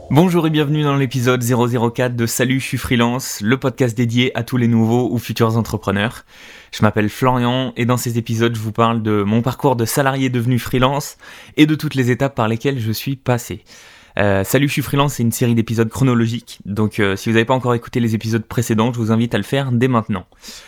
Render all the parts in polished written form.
Bonjour et bienvenue dans l'épisode 004 de Salut, je suis freelance, le podcast dédié à tous les nouveaux ou futurs entrepreneurs. Je m'appelle Florian et dans ces épisodes, je vous parle de mon parcours de salarié devenu freelance et de toutes les étapes par lesquelles je suis passé. Salut, je suis freelance, c'est une série d'épisodes chronologiques, donc si vous n'avez pas encore écouté les épisodes précédents, je vous invite à le faire dès maintenant.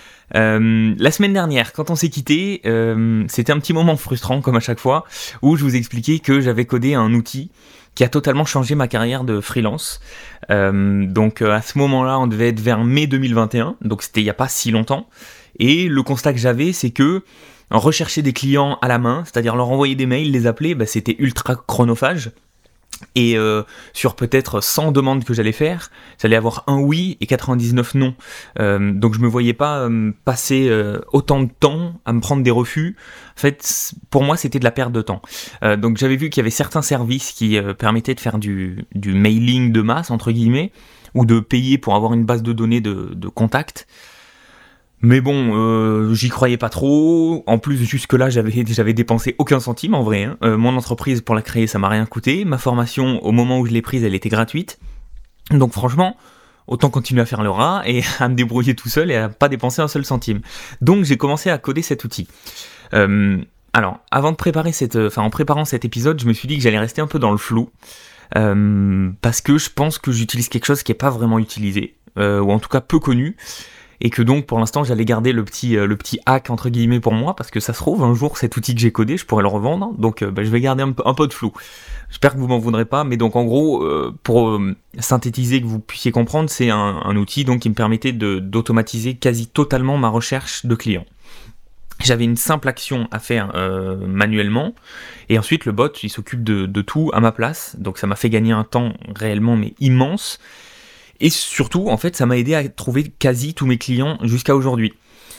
La semaine dernière, quand on s'est quitté, c'était un petit moment frustrant comme à chaque fois, où je vous expliquais que j'avais codé un outil qui a totalement changé ma carrière de freelance. Donc à ce moment-là, on devait être vers mai 2021, donc c'était il n'y a pas si longtemps. Et le constat que j'avais, c'est que rechercher des clients à la main, c'est-à-dire leur envoyer des mails, les appeler, c'était ultra chronophage. Et sur peut-être 100 demandes que j'allais faire, j'allais avoir un oui et 99 non. Donc je me voyais pas passer autant de temps à me prendre des refus. En fait, pour moi, c'était de la perte de temps. Donc j'avais vu qu'il y avait certains services qui permettaient de faire du mailing de masse, entre guillemets, ou de payer pour avoir une base de données de contacts. Mais bon, j'y croyais pas trop. En plus, jusque-là, j'avais dépensé aucun centime en vrai. Mon entreprise, pour la créer, ça m'a rien coûté. Ma formation, au moment où je l'ai prise, elle était gratuite. Donc franchement, autant continuer à faire le rat et à me débrouiller tout seul et à pas dépenser un seul centime. Donc j'ai commencé à coder cet outil. Alors, avant de préparer en préparant cet épisode, je me suis dit que j'allais rester un peu dans le flou. Parce que je pense que j'utilise quelque chose qui est pas vraiment utilisé, ou en tout cas peu connu. Et que donc pour l'instant j'allais garder le petit hack entre guillemets pour moi, parce que ça se trouve un jour cet outil que j'ai codé je pourrais le revendre, donc je vais garder un peu de flou. J'espère que vous m'en voudrez pas, mais donc en gros pour synthétiser, que vous puissiez comprendre, c'est un outil donc qui me permettait d'automatiser quasi totalement ma recherche de clients. J'avais une simple action à faire manuellement, et ensuite le bot il s'occupe de tout à ma place, donc ça m'a fait gagner un temps réellement mais immense. Et surtout, en fait, ça m'a aidé à trouver quasi tous mes clients jusqu'à aujourd'hui.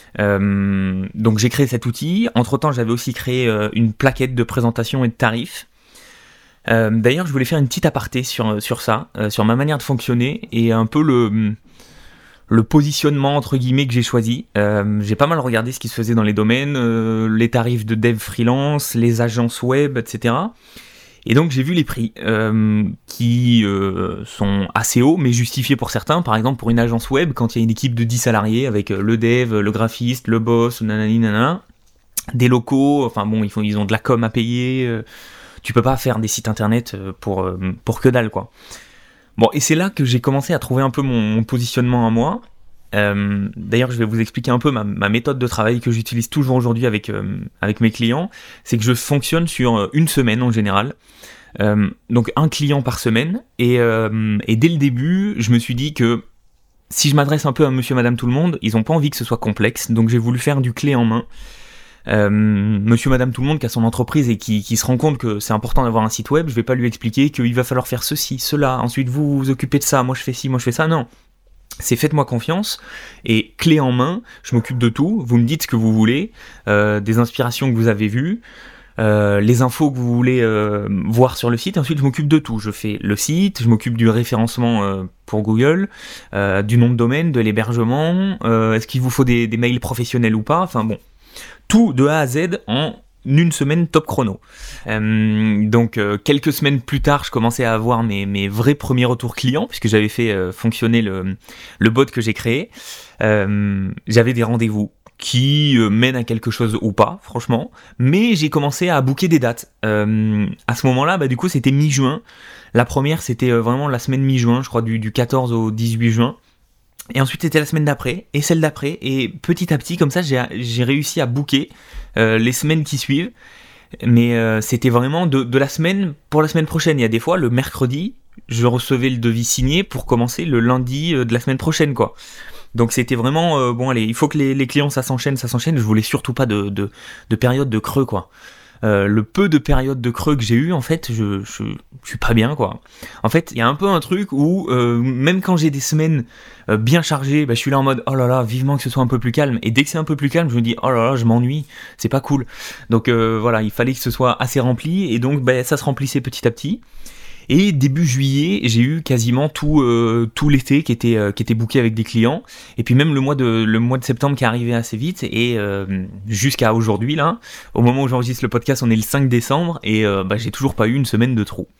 Donc j'ai créé cet outil. Entre-temps, j'avais aussi créé une plaquette de présentation et de tarifs. D'ailleurs, je voulais faire une petite aparté sur ça, sur ma manière de fonctionner et un peu le positionnement entre guillemets que j'ai choisi. J'ai pas mal regardé ce qui se faisait dans les domaines, les tarifs de dev freelance, les agences web, etc. Et donc j'ai vu les prix qui sont assez hauts mais justifiés pour certains. Par exemple pour une agence web, quand il y a une équipe de 10 salariés avec le dev, le graphiste, le boss, nanani nanana, des locaux, enfin bon ils ont de la com à payer, tu peux pas faire des sites internet pour que dalle quoi. Bon, et c'est là que j'ai commencé à trouver un peu mon positionnement à moi. D'ailleurs je vais vous expliquer un peu ma méthode de travail que j'utilise toujours aujourd'hui avec mes clients. C'est que je fonctionne sur une semaine en général, donc un client par semaine, et dès le début je me suis dit que si je m'adresse un peu à monsieur madame tout le monde, ils ont pas envie que ce soit complexe, donc j'ai voulu faire du clé en main. Monsieur madame tout le monde qui a son entreprise et qui se rend compte que c'est important d'avoir un site web, je vais pas lui expliquer qu'il va falloir faire ceci, cela, ensuite vous vous occupez de ça, moi je fais ci, moi je fais ça, non. C'est faites-moi confiance, et clé en main, je m'occupe de tout, vous me dites ce que vous voulez, des inspirations que vous avez vues, les infos que vous voulez voir sur le site, ensuite je m'occupe de tout. Je fais le site, je m'occupe du référencement pour Google, du nom de domaine, de l'hébergement, est-ce qu'il vous faut des mails professionnels ou pas, enfin bon, tout de A à Z en une semaine top chrono. Donc quelques semaines plus tard, je commençais à avoir mes vrais premiers retours clients, puisque j'avais fait fonctionner le bot que j'ai créé. J'avais des rendez-vous qui mènent à quelque chose ou pas, franchement, mais j'ai commencé à booker des dates. À ce moment-là, du coup, c'était mi-juin. La première, c'était vraiment la semaine mi-juin, je crois du 14 au 18 juin. Et ensuite c'était la semaine d'après, et celle d'après, et petit à petit, comme ça, j'ai réussi à booker les semaines qui suivent. Mais c'était vraiment de la semaine pour la semaine prochaine. Il y a des fois, le mercredi, je recevais le devis signé pour commencer le lundi de la semaine prochaine, quoi. Donc c'était vraiment, bon allez, il faut que les clients, ça s'enchaîne, je voulais surtout pas de période de creux, quoi. Le peu de périodes de creux que j'ai eu, en fait, je suis pas bien, quoi. En fait, il y a un peu un truc où même quand j'ai des semaines bien chargées, je suis là en mode oh là là, vivement que ce soit un peu plus calme. Et dès que c'est un peu plus calme, je me dis oh là là, je m'ennuie, c'est pas cool. Donc voilà, il fallait que ce soit assez rempli, et donc ça se remplissait petit à petit. Et début juillet, j'ai eu quasiment tout l'été qui était booké avec des clients. Et puis même le mois de septembre qui est arrivé assez vite. Et jusqu'à aujourd'hui, là, au moment où j'enregistre le podcast, on est le 5 décembre. Et j'ai toujours pas eu une semaine de trou.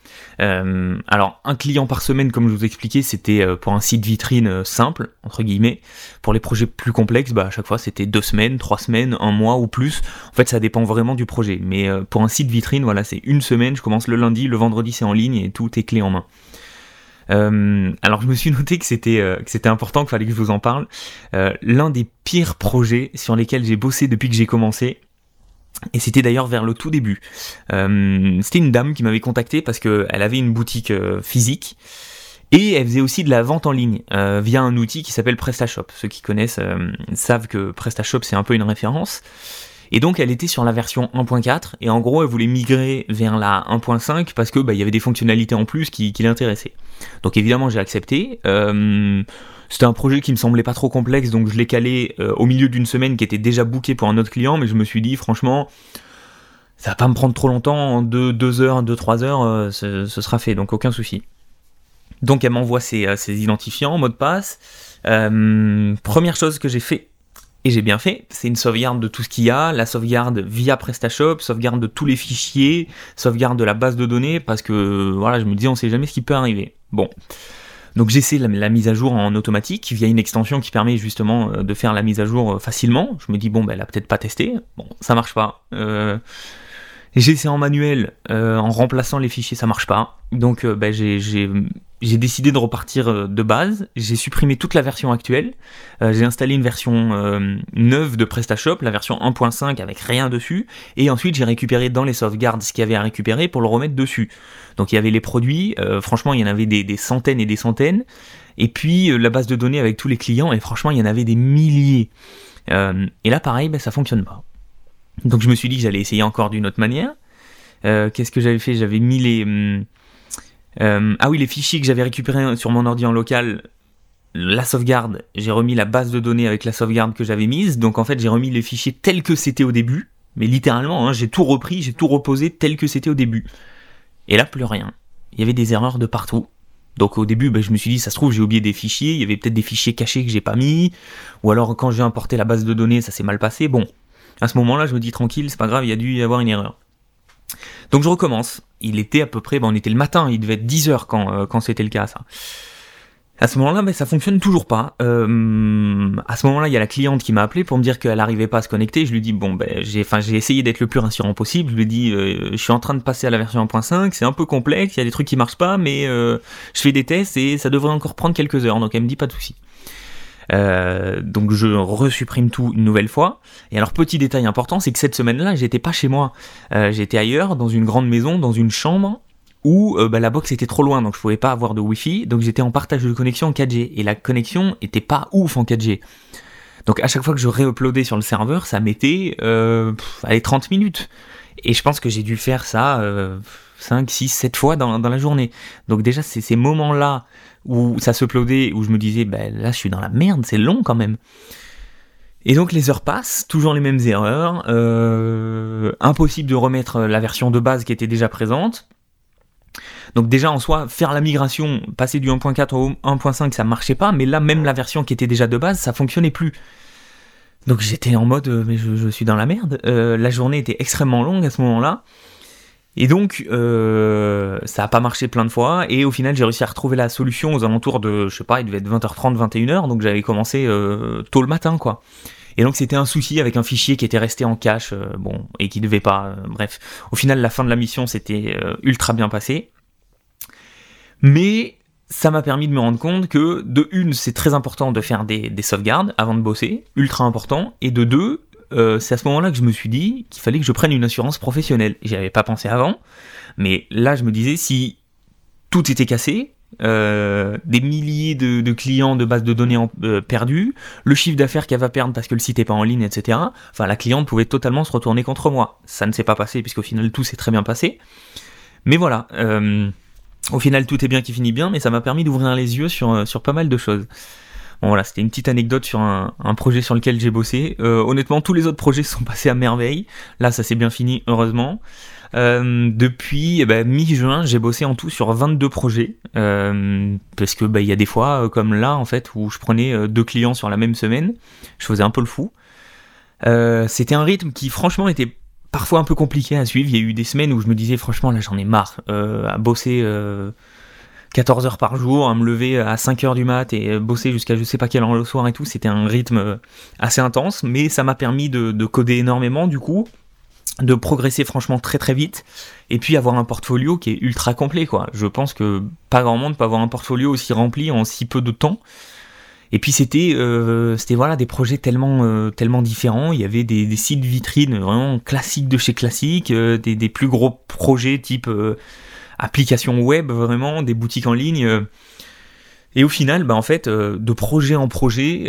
Alors, un client par semaine, comme je vous expliquais, c'était pour un site vitrine simple, entre guillemets. Pour les projets plus complexes, à chaque fois, c'était 2 semaines, 3 semaines, 1 mois ou plus. En fait, ça dépend vraiment du projet. Mais pour un site vitrine, voilà, c'est 1 semaine. Je commence le lundi, le vendredi, c'est en ligne et tout est clé en main. Alors, je me suis noté que c'était important, qu'il fallait que je vous en parle. L'un des pires projets sur lesquels j'ai bossé depuis que j'ai commencé, et c'était d'ailleurs vers le tout début. C'était une dame qui m'avait contacté parce qu'elle avait une boutique physique et elle faisait aussi de la vente en ligne via un outil qui s'appelle PrestaShop. Ceux qui connaissent savent que PrestaShop c'est un peu une référence. Et donc elle était sur la version 1.4 et en gros elle voulait migrer vers la 1.5 parce que y avait des fonctionnalités en plus qui l'intéressaient. Donc évidemment j'ai accepté. C'était un projet qui me semblait pas trop complexe, donc je l'ai calé au milieu d'une semaine qui était déjà bookée pour un autre client, mais je me suis dit franchement ça va pas me prendre trop longtemps, en 2 heures, 2-3 heures ce sera fait, donc aucun souci. Donc elle m'envoie ses identifiants, mot de passe. Première chose que j'ai fait, et j'ai bien fait, c'est une sauvegarde de tout ce qu'il y a, la sauvegarde via PrestaShop, sauvegarde de tous les fichiers, sauvegarde de la base de données, parce que voilà, je me dis on sait jamais ce qui peut arriver. Bon, donc j'essaie la mise à jour en automatique via une extension qui permet justement de faire la mise à jour facilement. Je me dis elle a peut-être pas testé, bon ça marche pas. J'essaie en manuel, en remplaçant les fichiers, ça marche pas. Donc j'ai décidé de repartir de base. J'ai supprimé toute la version actuelle. J'ai installé une version neuve de PrestaShop, la version 1.5 avec rien dessus. Et ensuite j'ai récupéré dans les sauvegardes ce qu'il y avait à récupérer pour le remettre dessus. Donc il y avait les produits, franchement il y en avait des centaines et des centaines. Et puis la base de données avec tous les clients, et franchement il y en avait des milliers. Et là pareil, ça fonctionne pas. Donc je me suis dit que j'allais essayer encore d'une autre manière. Qu'est-ce que j'avais fait ? J'avais mis les fichiers que j'avais récupérés sur mon ordi en local, la sauvegarde, j'ai remis la base de données avec la sauvegarde que j'avais mise. Donc en fait j'ai remis les fichiers tels que c'était au début, mais littéralement j'ai tout repris, j'ai tout reposé tel que c'était au début. Et là plus rien. Il y avait des erreurs de partout. Donc au début je me suis dit ça se trouve j'ai oublié des fichiers, il y avait peut-être des fichiers cachés que j'ai pas mis, ou alors quand j'ai importé la base de données ça s'est mal passé. Bon, à ce moment-là je me dis tranquille, c'est pas grave, il y a dû y avoir une erreur. Donc je recommence. Il était à peu près, on était le matin, il devait être 10h quand c'était le cas ça. À ce moment-là, ça fonctionne toujours pas. À ce moment-là, il y a la cliente qui m'a appelé pour me dire qu'elle n'arrivait pas à se connecter. Je lui dis j'ai essayé d'être le plus rassurant possible. Je lui dis je suis en train de passer à la version 1.5, c'est un peu complexe, il y a des trucs qui marchent pas, mais je fais des tests et ça devrait encore prendre quelques heures. Donc elle me dit pas de souci. Donc je resupprime tout une nouvelle fois. Et alors petit détail important, c'est que cette semaine-là, j'étais pas chez moi. J'étais ailleurs, dans une grande maison, dans une chambre où la box était trop loin, donc je pouvais pas avoir de Wi-Fi. Donc j'étais en partage de connexion en 4G et la connexion était pas ouf en 4G. Donc à chaque fois que je réuploadais sur le serveur, ça mettait 30 minutes. Et je pense que j'ai dû faire ça 5, 6, 7 fois dans la journée. Donc déjà c'est ces moments-là où ça se uploadait, où je me disais là je suis dans la merde, c'est long quand même. Et donc les heures passent, toujours les mêmes erreurs, impossible de remettre la version de base qui était déjà présente. Donc déjà en soi, faire la migration, passer du 1.4 au 1.5 ça marchait pas, mais là même la version qui était déjà de base ça fonctionnait plus. Donc j'étais en mode mais je suis dans la merde. La journée était extrêmement longue à ce moment-là. Et donc, ça a pas marché plein de fois, et au final, j'ai réussi à retrouver la solution aux alentours de, je sais pas, il devait être 20h30, 21h, donc j'avais commencé tôt le matin, quoi. Et donc, c'était un souci avec un fichier qui était resté en cache, et qui devait pas, bref. Au final, la fin de la mission, c'était ultra bien passé. Mais ça m'a permis de me rendre compte que, de une, c'est très important de faire des sauvegardes avant de bosser, ultra important, et de deux, c'est à ce moment-là que je me suis dit qu'il fallait que je prenne une assurance professionnelle. J'y avais pas pensé avant, mais là je me disais si tout était cassé, des milliers de clients de bases de données perdus, le chiffre d'affaires qu'elle va perdre parce que le site est pas en ligne, etc. Enfin la cliente pouvait totalement se retourner contre moi. Ça ne s'est pas passé puisqu'au final tout s'est très bien passé. Mais voilà, au final tout est bien qui finit bien, mais ça m'a permis d'ouvrir les yeux sur pas mal de choses. Bon voilà, c'était une petite anecdote sur un projet sur lequel j'ai bossé. Honnêtement, tous les autres projets se sont passés à merveille. Là, ça s'est bien fini, heureusement. Depuis mi-juin, j'ai bossé en tout sur 22 projets. Parce que il y a des fois, comme là, en fait, où je prenais 2 clients sur la même semaine. Je faisais un peu le fou. C'était un rythme qui, franchement, était parfois un peu compliqué à suivre. Il y a eu des semaines où je me disais, franchement, là, j'en ai marre. À bosser 14 heures par jour, à me lever à 5 heures du mat et bosser jusqu'à je sais pas quelle heure le soir et tout. C'était un rythme assez intense, mais ça m'a permis de coder énormément, du coup, de progresser franchement très très vite, et puis avoir un portfolio qui est ultra complet, quoi. Je pense que pas grand monde peut avoir un portfolio aussi rempli en si peu de temps. Et puis c'était voilà, des projets tellement différents. Il y avait des sites vitrines vraiment classiques de chez classique, des plus gros projets type applications web, vraiment des boutiques en ligne. Et au final, en fait, de projet en projet,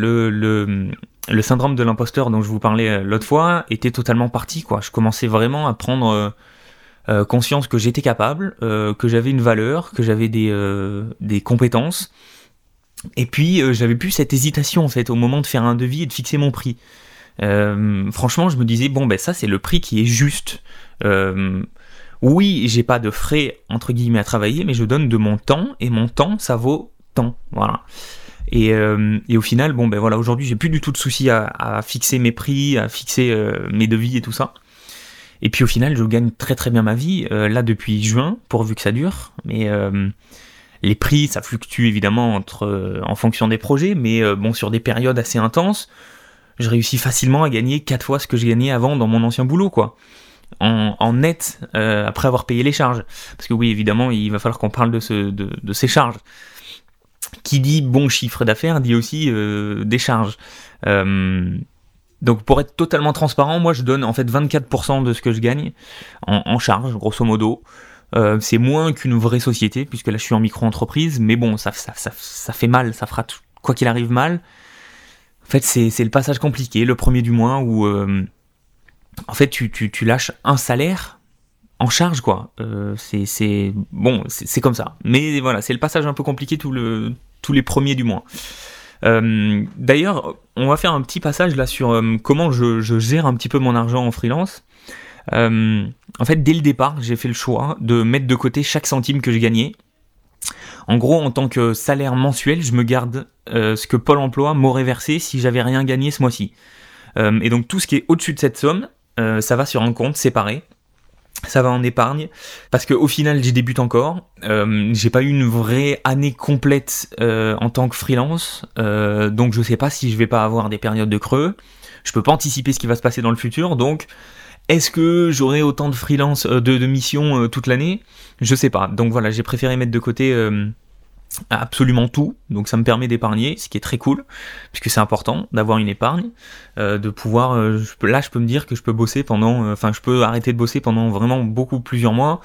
le syndrome de l'imposteur dont je vous parlais l'autre fois était totalement parti, quoi. Je commençais vraiment à prendre conscience que j'étais capable, que j'avais une valeur, que j'avais des compétences. Et puis j'avais plus cette hésitation, en fait, au moment de faire un devis et de fixer mon prix. Franchement, je me disais, ça c'est le prix qui est juste. Oui, j'ai pas de frais entre guillemets à travailler, mais je donne de mon temps, et mon temps ça vaut tant, voilà. Et au final, voilà, aujourd'hui j'ai plus du tout de soucis à fixer mes prix, à fixer mes devis et tout ça. Et puis au final, je gagne très très bien ma vie, là depuis juin, pourvu que ça dure, mais les prix, ça fluctue évidemment en fonction des projets, mais sur des périodes assez intenses, je réussis facilement à gagner 4 fois ce que je gagnais avant dans mon ancien boulot, quoi. En net, après avoir payé les charges. Parce que oui, évidemment, il va falloir qu'on parle de ces charges. Qui dit bon chiffre d'affaires, dit aussi des charges. Donc pour être totalement transparent, moi je donne en fait 24% de ce que je gagne en charge, grosso modo. C'est moins qu'une vraie société, puisque là je suis en micro-entreprise, mais bon, ça fait mal, ça fera quoi qu'il arrive mal. En fait, c'est le passage compliqué, le premier du mois, où en fait tu lâches un salaire en charge, quoi. C'est comme ça. Mais voilà, c'est le passage un peu compliqué tous les premiers du mois. D'ailleurs, on va faire un petit passage là sur comment je gère un petit peu mon argent en freelance. En fait, dès le départ, j'ai fait le choix de mettre de côté chaque centime que je gagnais. En gros, en tant que salaire mensuel, je me garde ce que Pôle emploi m'aurait versé si j'avais rien gagné ce mois-ci. Et donc tout ce qui est au-dessus de cette somme, ça va sur un compte séparé. Ça va en épargne, parce qu'au final j'y débute encore, j'ai pas eu une vraie année complète en tant que freelance, donc je sais pas si je vais pas avoir des périodes de creux, je peux pas anticiper ce qui va se passer dans le futur, donc est-ce que j'aurai autant de freelance, de missions toute l'année ? Je sais pas, donc voilà, j'ai préféré mettre de côté absolument tout, donc ça me permet d'épargner, ce qui est très cool, puisque c'est important d'avoir une épargne, de pouvoir, je peux me dire que je peux bosser je peux arrêter de bosser pendant vraiment plusieurs mois,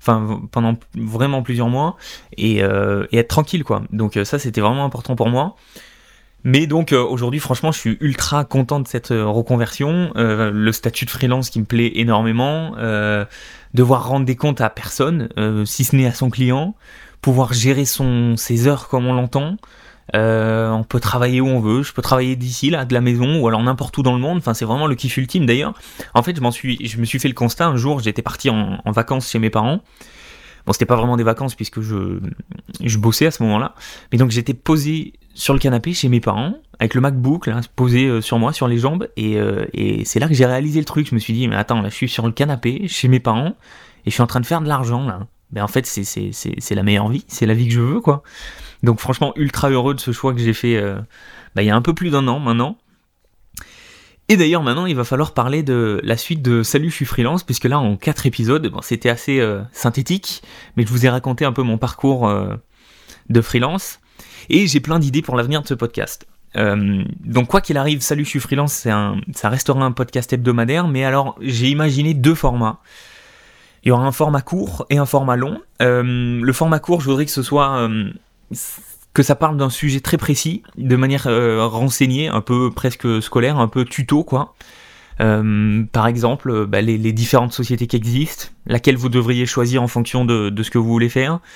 et être tranquille, quoi. Donc ça c'était vraiment important pour moi. Mais donc aujourd'hui, franchement, je suis ultra content de cette reconversion, le statut de freelance qui me plaît énormément, devoir rendre des comptes à personne, si ce n'est à son client, pouvoir gérer ses heures comme on l'entend, on peut travailler où on veut, je peux travailler d'ici, là, de la maison, ou alors n'importe où dans le monde, c'est vraiment le kiff ultime d'ailleurs. En fait, je me suis fait le constat, un jour, j'étais parti en vacances chez mes parents. Bon, c'était pas vraiment des vacances puisque je bossais à ce moment-là, mais donc j'étais posé sur le canapé chez mes parents, avec le MacBook là, posé sur moi, sur les jambes, et c'est là que j'ai réalisé le truc. Je me suis dit, mais attends, là je suis sur le canapé chez mes parents, et je suis en train de faire de l'argent là. En fait, c'est la meilleure vie, c'est la vie que je veux, quoi. Donc franchement, ultra heureux de ce choix que j'ai fait il y a un peu plus d'1 an maintenant. Et d'ailleurs maintenant il va falloir parler de la suite de Salut je suis freelance, puisque là en 4 épisodes, c'était assez synthétique, mais je vous ai raconté un peu mon parcours de freelance, et j'ai plein d'idées pour l'avenir de ce podcast. Donc quoi qu'il arrive, Salut je suis freelance, ça restera un podcast hebdomadaire, mais alors j'ai imaginé 2 formats. Il y aura un format court et un format long. Le format court, je voudrais que ce soit que ça parle d'un sujet très précis, de manière renseignée, un peu presque scolaire, un peu tuto, quoi. Par exemple, les différentes sociétés qui existent, laquelle vous devriez choisir en fonction de ce que vous voulez faire.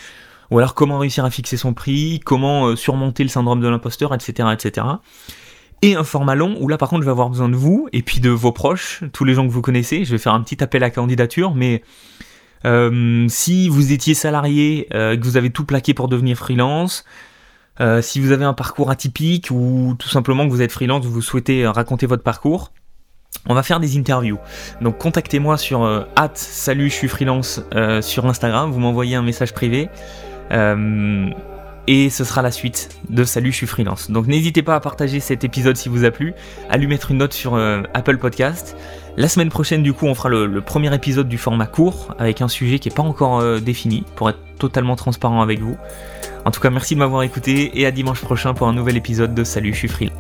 ou alors comment réussir à fixer son prix, comment surmonter le syndrome de l'imposteur, etc., etc. Et un format long où là par contre je vais avoir besoin de vous et puis de vos proches, tous les gens que vous connaissez. Je vais faire un petit appel à candidature, mais si vous étiez salarié, que vous avez tout plaqué pour devenir freelance, si vous avez un parcours atypique ou tout simplement que vous êtes freelance, vous souhaitez raconter votre parcours, on va faire des interviews. Donc contactez-moi sur @salut je suis freelance sur Instagram, vous m'envoyez un message privé. Et ce sera la suite de Salut, je suis freelance. Donc n'hésitez pas à partager cet épisode si vous a plu, à lui mettre une note sur Apple Podcast. La semaine prochaine, du coup, on fera le premier épisode du format court, avec un sujet qui n'est pas encore défini, pour être totalement transparent avec vous. En tout cas, merci de m'avoir écouté, et à dimanche prochain pour un nouvel épisode de Salut, je suis freelance.